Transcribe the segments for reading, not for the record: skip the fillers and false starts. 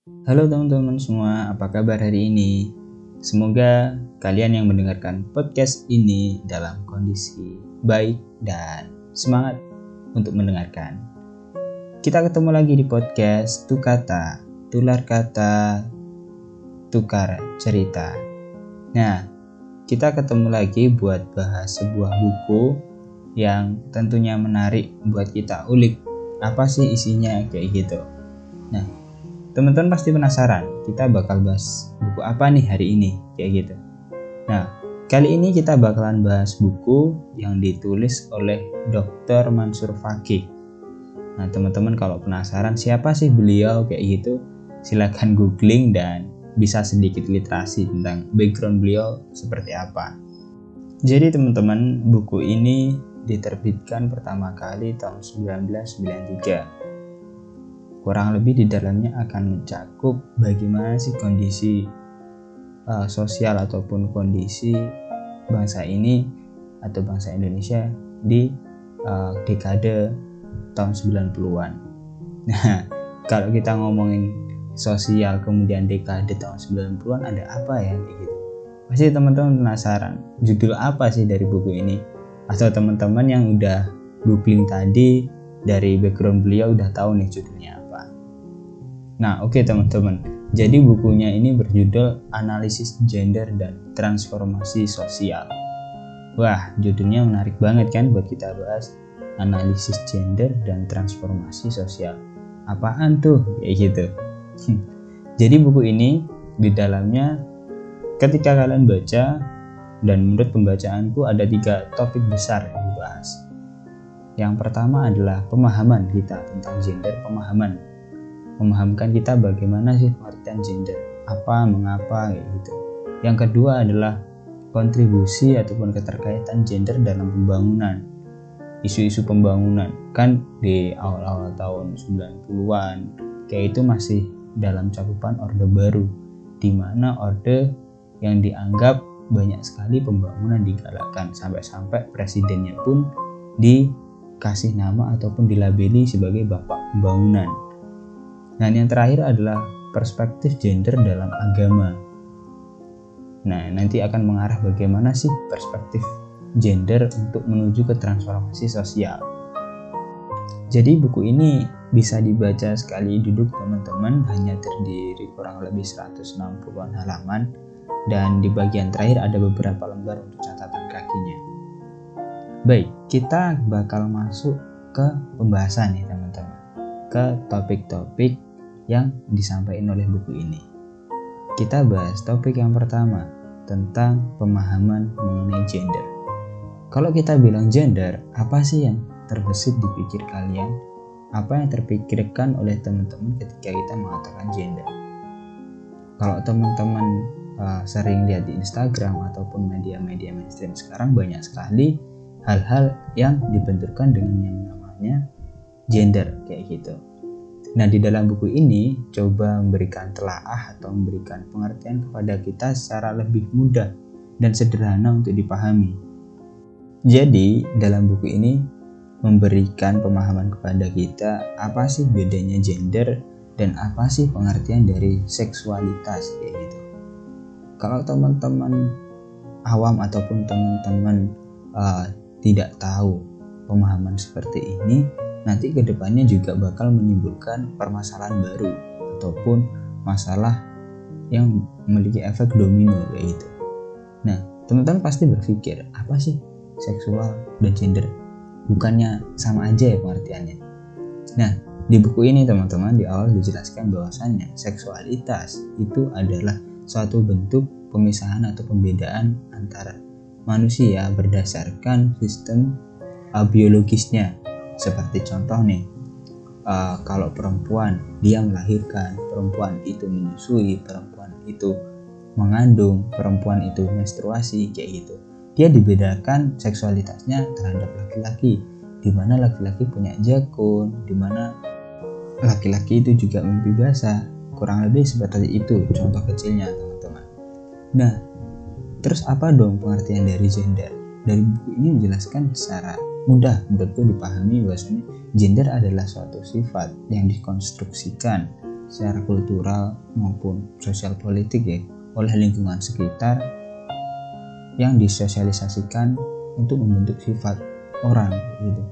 Halo teman-teman semua, apa kabar hari ini? Semoga kalian yang mendengarkan podcast ini dalam kondisi baik dan semangat untuk mendengarkan. Kita ketemu lagi di podcast Tukata, Tular Kata, Tukar Cerita. Nah, kita ketemu lagi buat bahas sebuah buku yang tentunya menarik buat kita ulik. Apa sih isinya kayak gitu. Nah, teman-teman pasti penasaran, kita bakal bahas buku apa nih hari ini, kayak gitu. Nah, kali ini kita bakalan bahas buku yang ditulis oleh Dr. Mansur Faqih. Nah, teman-teman kalau penasaran siapa sih beliau kayak gitu, silakan googling dan bisa sedikit literasi tentang background beliau seperti apa. Jadi teman-teman, buku ini diterbitkan pertama kali tahun 1993. Kurang lebih di dalamnya akan mencakup bagaimana sih kondisi sosial ataupun kondisi bangsa ini atau bangsa Indonesia di dekade tahun 90-an. Nah, kalau kita ngomongin sosial kemudian dekade tahun 90-an ada apa ya kayak gitu. Pasti teman-teman penasaran, judul apa sih dari buku ini? Atau teman-teman yang udah googling tadi dari background beliau udah tahu nih judulnya apa. Nah, oke teman-teman. Jadi bukunya ini berjudul Analisis Gender dan Transformasi Sosial. Wah, judulnya menarik banget kan buat kita bahas. Analisis Gender dan Transformasi Sosial. Apaan tuh? Kayak gitu. Jadi buku ini di dalamnya ketika kalian baca, dan menurut pembacaanku ada 3 topik besar yang dibahas. Yang pertama adalah pemahaman kita tentang gender, memahamkan kita bagaimana sih pengertian gender, apa, mengapa, kayak gitu. Yang kedua adalah kontribusi ataupun keterkaitan gender dalam pembangunan, isu-isu pembangunan. Kan di awal-awal tahun 90-an kayak itu masih dalam cakupan Orde Baru, di mana orde yang dianggap banyak sekali pembangunan digalakkan, sampai-sampai presidennya pun dikasih nama ataupun dilabeli sebagai Bapak Pembangunan. Dan yang terakhir adalah perspektif gender dalam agama. Nah, nanti akan mengarah bagaimana sih perspektif gender untuk menuju ke transformasi sosial. Jadi buku ini bisa dibaca sekali duduk teman-teman, hanya terdiri kurang lebih 160-an halaman. Dan di bagian terakhir ada beberapa lembar untuk catatan kakinya. Baik, kita bakal masuk ke pembahasan nih teman-teman, ke topik-topik yang disampaikan oleh buku ini. Kita bahas topik yang pertama tentang pemahaman mengenai gender. Kalau kita bilang gender, apa sih yang terbesit di pikir kalian? Apa yang terpikirkan oleh teman-teman ketika kita mengatakan gender? Kalau teman-teman sering lihat di Instagram ataupun media-media mainstream sekarang, banyak sekali hal-hal yang dibenturkan dengan yang namanya gender kayak gitu. Nah, di dalam buku ini coba memberikan telaah atau memberikan pengertian kepada kita secara lebih mudah dan sederhana untuk dipahami. Jadi dalam buku ini memberikan pemahaman kepada kita apa sih bedanya gender dan apa sih pengertian dari seksualitas kayak gitu. Kalau teman-teman awam ataupun teman-teman tidak tahu pemahaman seperti ini, nanti kedepannya juga bakal menimbulkan permasalahan baru ataupun masalah yang memiliki efek domino kayak gitu. Nah, teman-teman pasti berpikir, apa sih seksual dan gender? Bukannya sama aja ya pengertiannya? Nah, di buku ini teman-teman di awal dijelaskan bahwasannya seksualitas itu adalah suatu bentuk pemisahan atau pembedaan antara manusia berdasarkan sistem biologisnya. Seperti contoh nih, kalau perempuan dia melahirkan, perempuan itu menyusui, perempuan itu mengandung, perempuan itu menstruasi kayak gitu. Dia dibedakan seksualitasnya terhadap laki-laki, di mana laki-laki punya jakun, di mana laki-laki itu juga mimpi basah. Kurang lebih seperti itu contoh kecilnya teman-teman. Nah, terus apa dong pengertian dari gender? Dari buku ini menjelaskan secara mudah menurutku dipahami bahwasanya gender adalah suatu sifat yang dikonstruksikan secara kultural maupun sosial politik ya, oleh lingkungan sekitar yang disosialisasikan untuk membentuk sifat orang gitu.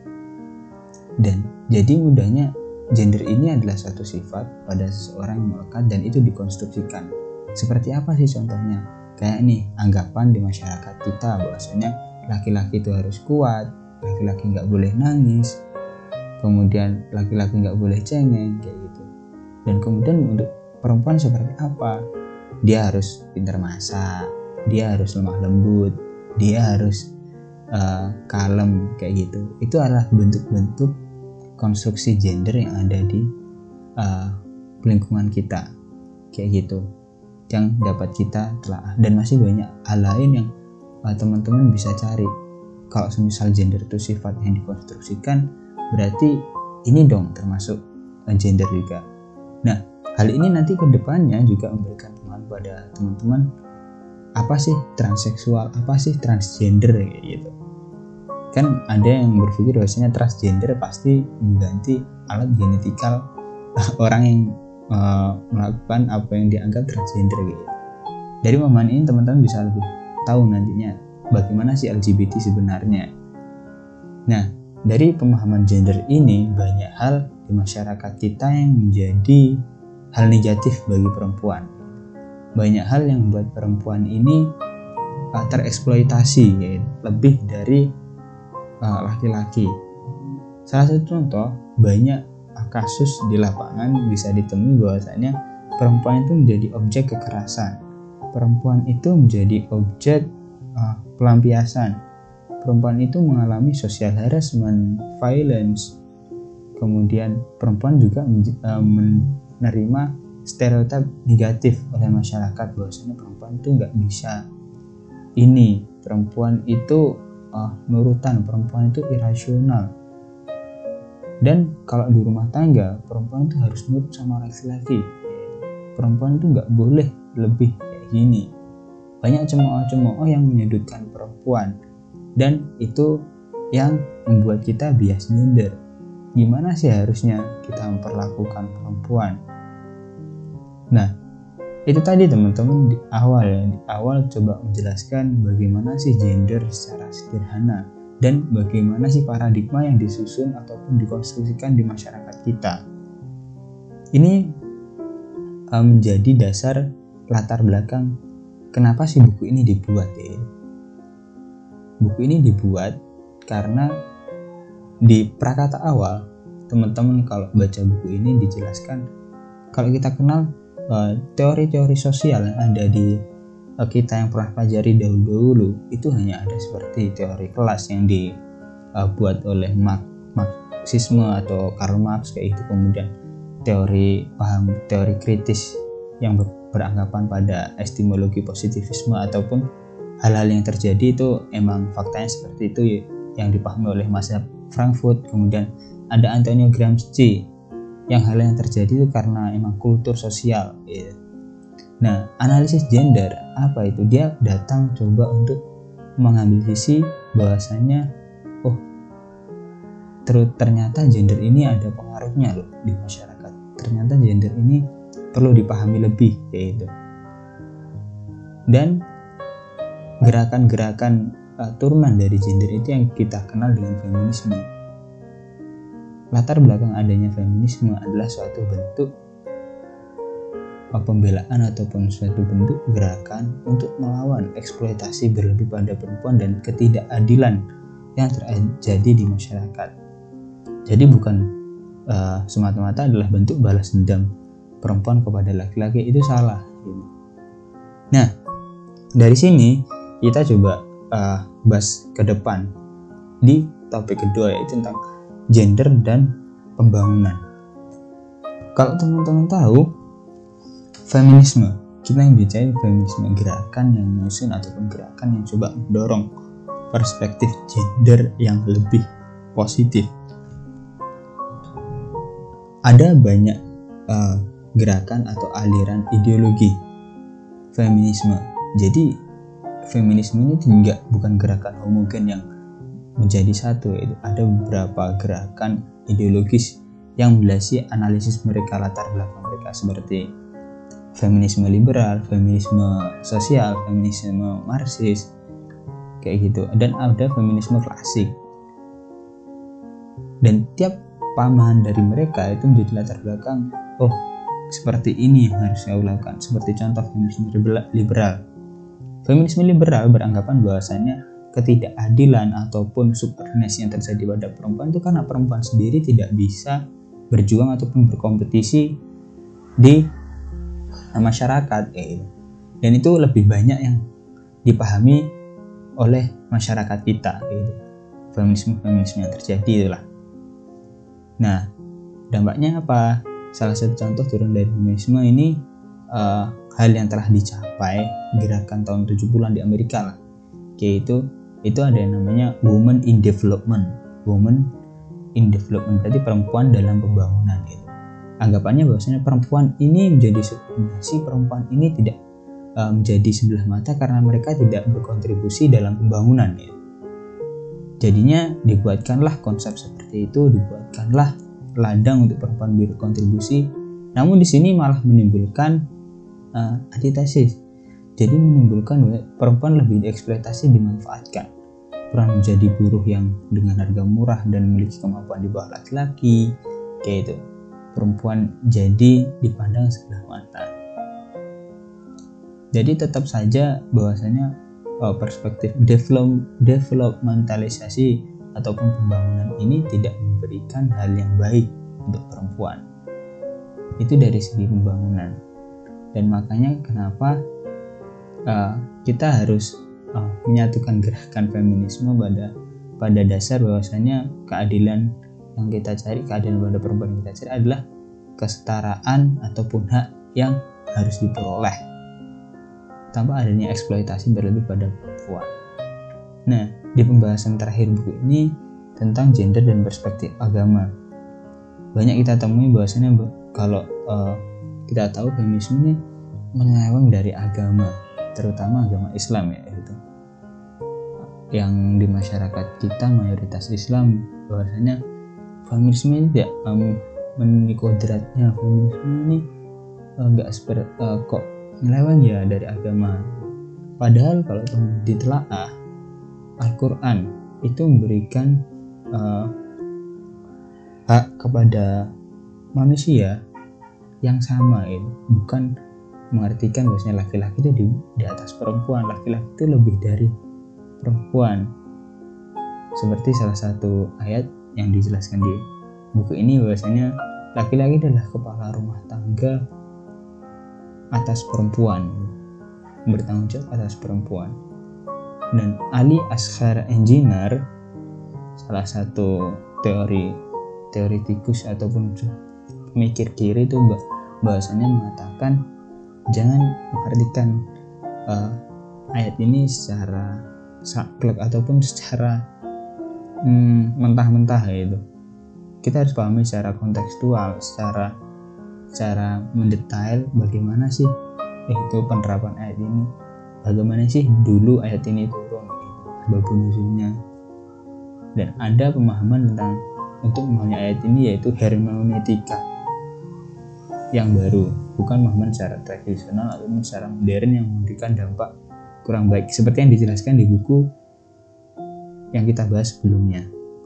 Dan jadi mudahnya gender ini adalah suatu sifat pada seseorang yang melekat dan itu dikonstruksikan. Seperti apa sih contohnya? Kayak nih, anggapan di masyarakat kita bahwasanya laki-laki itu harus kuat, laki-laki nggak boleh nangis, kemudian laki-laki nggak boleh cengeng kayak gitu. Dan kemudian untuk perempuan seperti apa? Dia harus pintar masak, dia harus lemah lembut, dia harus kalem kayak gitu. Itu adalah bentuk-bentuk konstruksi gender yang ada di lingkungan kita kayak gitu, yang dapat kita telaah. Dan masih banyak hal lain yang teman-teman bisa cari. Kalau semisal gender itu sifat yang dikonstruksikan, berarti ini dong termasuk gender juga. Nah, hal ini nanti ke depannya juga memberikan pemahaman pada teman-teman, apa sih transseksual, apa sih transgender kayak gitu. Kan ada yang berpikir bahwasanya transgender pasti mengganti alat genetikal orang yang melakukan apa yang dianggap transgender gitu. Dari pemahaman ini teman-teman bisa lebih tahu nantinya bagaimana sih LGBT sebenarnya. Nah, dari pemahaman gender ini banyak hal di masyarakat kita yang menjadi hal negatif bagi perempuan. Banyak hal yang membuat perempuan ini tereksploitasi ya, lebih dari laki-laki. Salah satu contoh, banyak kasus di lapangan bisa ditemui bahwasanya perempuan itu menjadi objek kekerasan, perempuan itu menjadi objek pelampiasan, perempuan itu mengalami social harassment, violence, kemudian perempuan juga menerima stereotip negatif oleh masyarakat bahwasanya perempuan itu nggak bisa ini, perempuan itu nurutan, perempuan itu irasional. Dan kalau di rumah tangga, perempuan itu harus nurut sama laki-laki, perempuan itu nggak boleh lebih kayak gini. Banyak cemooh-cemooh yang menyudutkan perempuan, dan itu yang membuat kita bias gender. Gimana sih harusnya kita memperlakukan perempuan? Nah, itu tadi teman-teman di awal coba menjelaskan bagaimana sih gender secara sederhana dan bagaimana sih paradigma yang disusun ataupun dikonstruksikan di masyarakat kita. Ini menjadi dasar latar belakang kenapa sih buku ini dibuat ya. Buku ini dibuat karena di prakata awal teman-teman kalau baca buku ini dijelaskan kalau kita kenal teori-teori sosial yang ada di kita yang pernah pelajari dahulu itu hanya ada seperti teori kelas yang dibuat oleh Marxisme atau Karl Marx kayak itu, kemudian teori kritis yang beranggapan pada epistemologi positivisme ataupun hal-hal yang terjadi itu emang faktanya seperti itu yang dipahami oleh mazhab Frankfurt. Kemudian ada Antonio Gramsci yang hal yang terjadi itu karena emang kultur sosial gitu. Nah, analisis gender apa itu? Dia datang coba untuk mengambil sisi bahwasanya ternyata gender ini ada pengaruhnya loh di masyarakat. Ternyata gender ini perlu dipahami lebih kayak gitu. Dan gerakan-gerakan turunan dari gender itu yang kita kenal dengan feminisme. Latar belakang adanya feminisme adalah suatu bentuk pembelaan ataupun suatu bentuk gerakan untuk melawan eksploitasi berlebih pada perempuan dan ketidakadilan yang terjadi di masyarakat. Jadi bukan semata-mata adalah bentuk balas dendam perempuan kepada laki-laki, itu salah. Nah, dari sini kita coba bahas ke depan di topik kedua, yaitu tentang gender dan pembangunan. Kalau teman-teman tahu feminisme, kita yang bicara feminisme, gerakan yang menyusun ataupun gerakan yang coba mendorong perspektif gender yang lebih positif. Ada banyak gerakan atau aliran ideologi feminisme. Jadi feminisme ini bukan gerakan homogen yang menjadi satu, yaitu ada beberapa gerakan ideologis yang melandasi analisis mereka, latar belakang mereka mereka seperti feminisme liberal, feminisme sosial, feminisme marxis kayak gitu, dan ada feminisme klasik. Dan tiap pemahaman dari mereka itu menjadi latar belakang, oh seperti ini yang harus saya lakukan. Seperti contoh feminisme liberal. Feminisme liberal beranggapan bahwasanya ketidakadilan ataupun subordinasi yang terjadi pada perempuan itu karena perempuan sendiri tidak bisa berjuang ataupun berkompetisi di masyarakat, dan itu lebih banyak yang dipahami oleh masyarakat kita, feminisme yang terjadi itulah. Nah, dampaknya apa? Salah satu contoh turun dari feminisme ini hal yang telah dicapai gerakan tahun 70-an di Amerika lah, yaitu itu ada yang namanya Women in Development. Women in Development berarti perempuan dalam pembangunan gitu. Anggapannya bahwasanya perempuan ini menjadi subordinasi, perempuan ini tidak menjadi sebelah mata karena mereka tidak berkontribusi dalam pembangunan gitu. Jadinya dibuatkanlah konsep seperti itu, dibuatkanlah ladang untuk perempuan berkontribusi. Namun di sini malah menimbulkan antitesis. Jadi menimbulkan perempuan lebih dieksploitasi, dimanfaatkan. Peran menjadi buruh yang dengan harga murah dan memiliki kemampuan di bawah laki-laki, kayak itu. Perempuan jadi dipandang sebelah mata. Jadi tetap saja bahwasanya perspektif developmentalisasi ataupun pembangunan ini tidak memberikan hal yang baik untuk perempuan. Itu dari segi pembangunan. Dan makanya kenapa kita harus menyatukan gerakan feminisme pada dasar bahwasanya keadilan yang kita cari, keadilan pada perempuan yang kita cari adalah kesetaraan ataupun hak yang harus diperoleh tanpa adanya eksploitasi berlebih pada perempuan. Nah, di pembahasan terakhir buku ini tentang gender dan perspektif agama, banyak kita temui bahwasanya kalau kita tahu feminisme ini menyeleweng dari agama, terutama agama Islam ya, itu yang di masyarakat kita mayoritas Islam, bahwasanya feminisme ini tidak memiliki kodratnya. Feminisme ini nggak kok nyeleweng ya dari agama. Padahal kalau ditelaah, Al-Quran itu memberikan hak kepada manusia yang sama, bukan mengartikan bahwasanya laki-laki itu di atas perempuan, laki-laki itu lebih dari perempuan. Seperti salah satu ayat yang dijelaskan di buku ini bahwasanya laki-laki adalah kepala rumah tangga atas perempuan, bertanggung jawab atas perempuan. Dan Ali Asghar Engineer, salah satu teoritikus ataupun pemikir kiri itu bahasanya mengatakan jangan mengartikan ayat ini secara saklek ataupun secara mentah-mentah gitu. Kita harus pahami secara kontekstual, secara mendetail bagaimana sih itu penerapan ayat ini, bagaimana sih dulu ayat ini turun, asbabun nuzulnya. Dan ada pemahaman tentang untuk memahami ayat ini yaitu hermeneutika yang baru, bukan pemahaman secara tradisional ataupun secara modern yang memberikan dampak kurang baik seperti yang dijelaskan di buku yang kita bahas sebelumnya.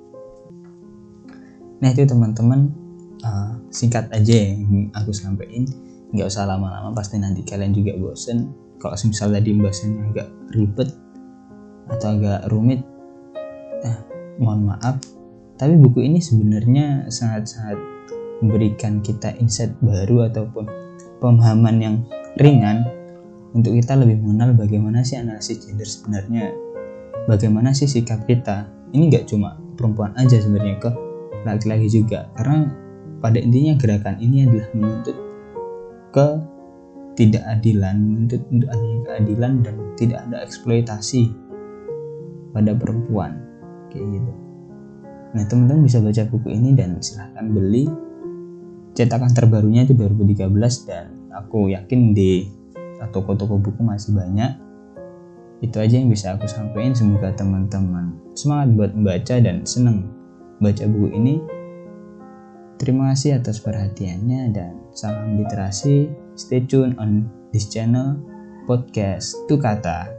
Nah itu teman-teman, singkat aja yang aku sampaikan, nggak usah lama-lama, pasti nanti kalian juga bosen. Kalau misalnya tadi pembahasannya agak ribet atau agak rumit, mohon maaf. Tapi buku ini sebenarnya sangat-sangat memberikan kita insight baru ataupun pemahaman yang ringan untuk kita lebih mengenal bagaimana sih analisis gender sebenarnya, bagaimana sih sikap kita. Ini nggak cuma perempuan aja sebenarnya, ke laki-laki juga, karena pada intinya gerakan ini adalah menuntut ketidakadilan, menuntut untuk adanya keadilan dan tidak ada eksploitasi pada perempuan kayak gitu. Nah teman-teman bisa baca buku ini dan silahkan beli. Cetakan terbarunya itu 2013 dan aku yakin di toko-toko buku masih banyak. Itu aja yang bisa aku sampaikan. Semoga teman-teman semangat buat membaca dan senang baca buku ini. Terima kasih atas perhatiannya dan salam literasi. Stay tune on this channel podcast Tukata.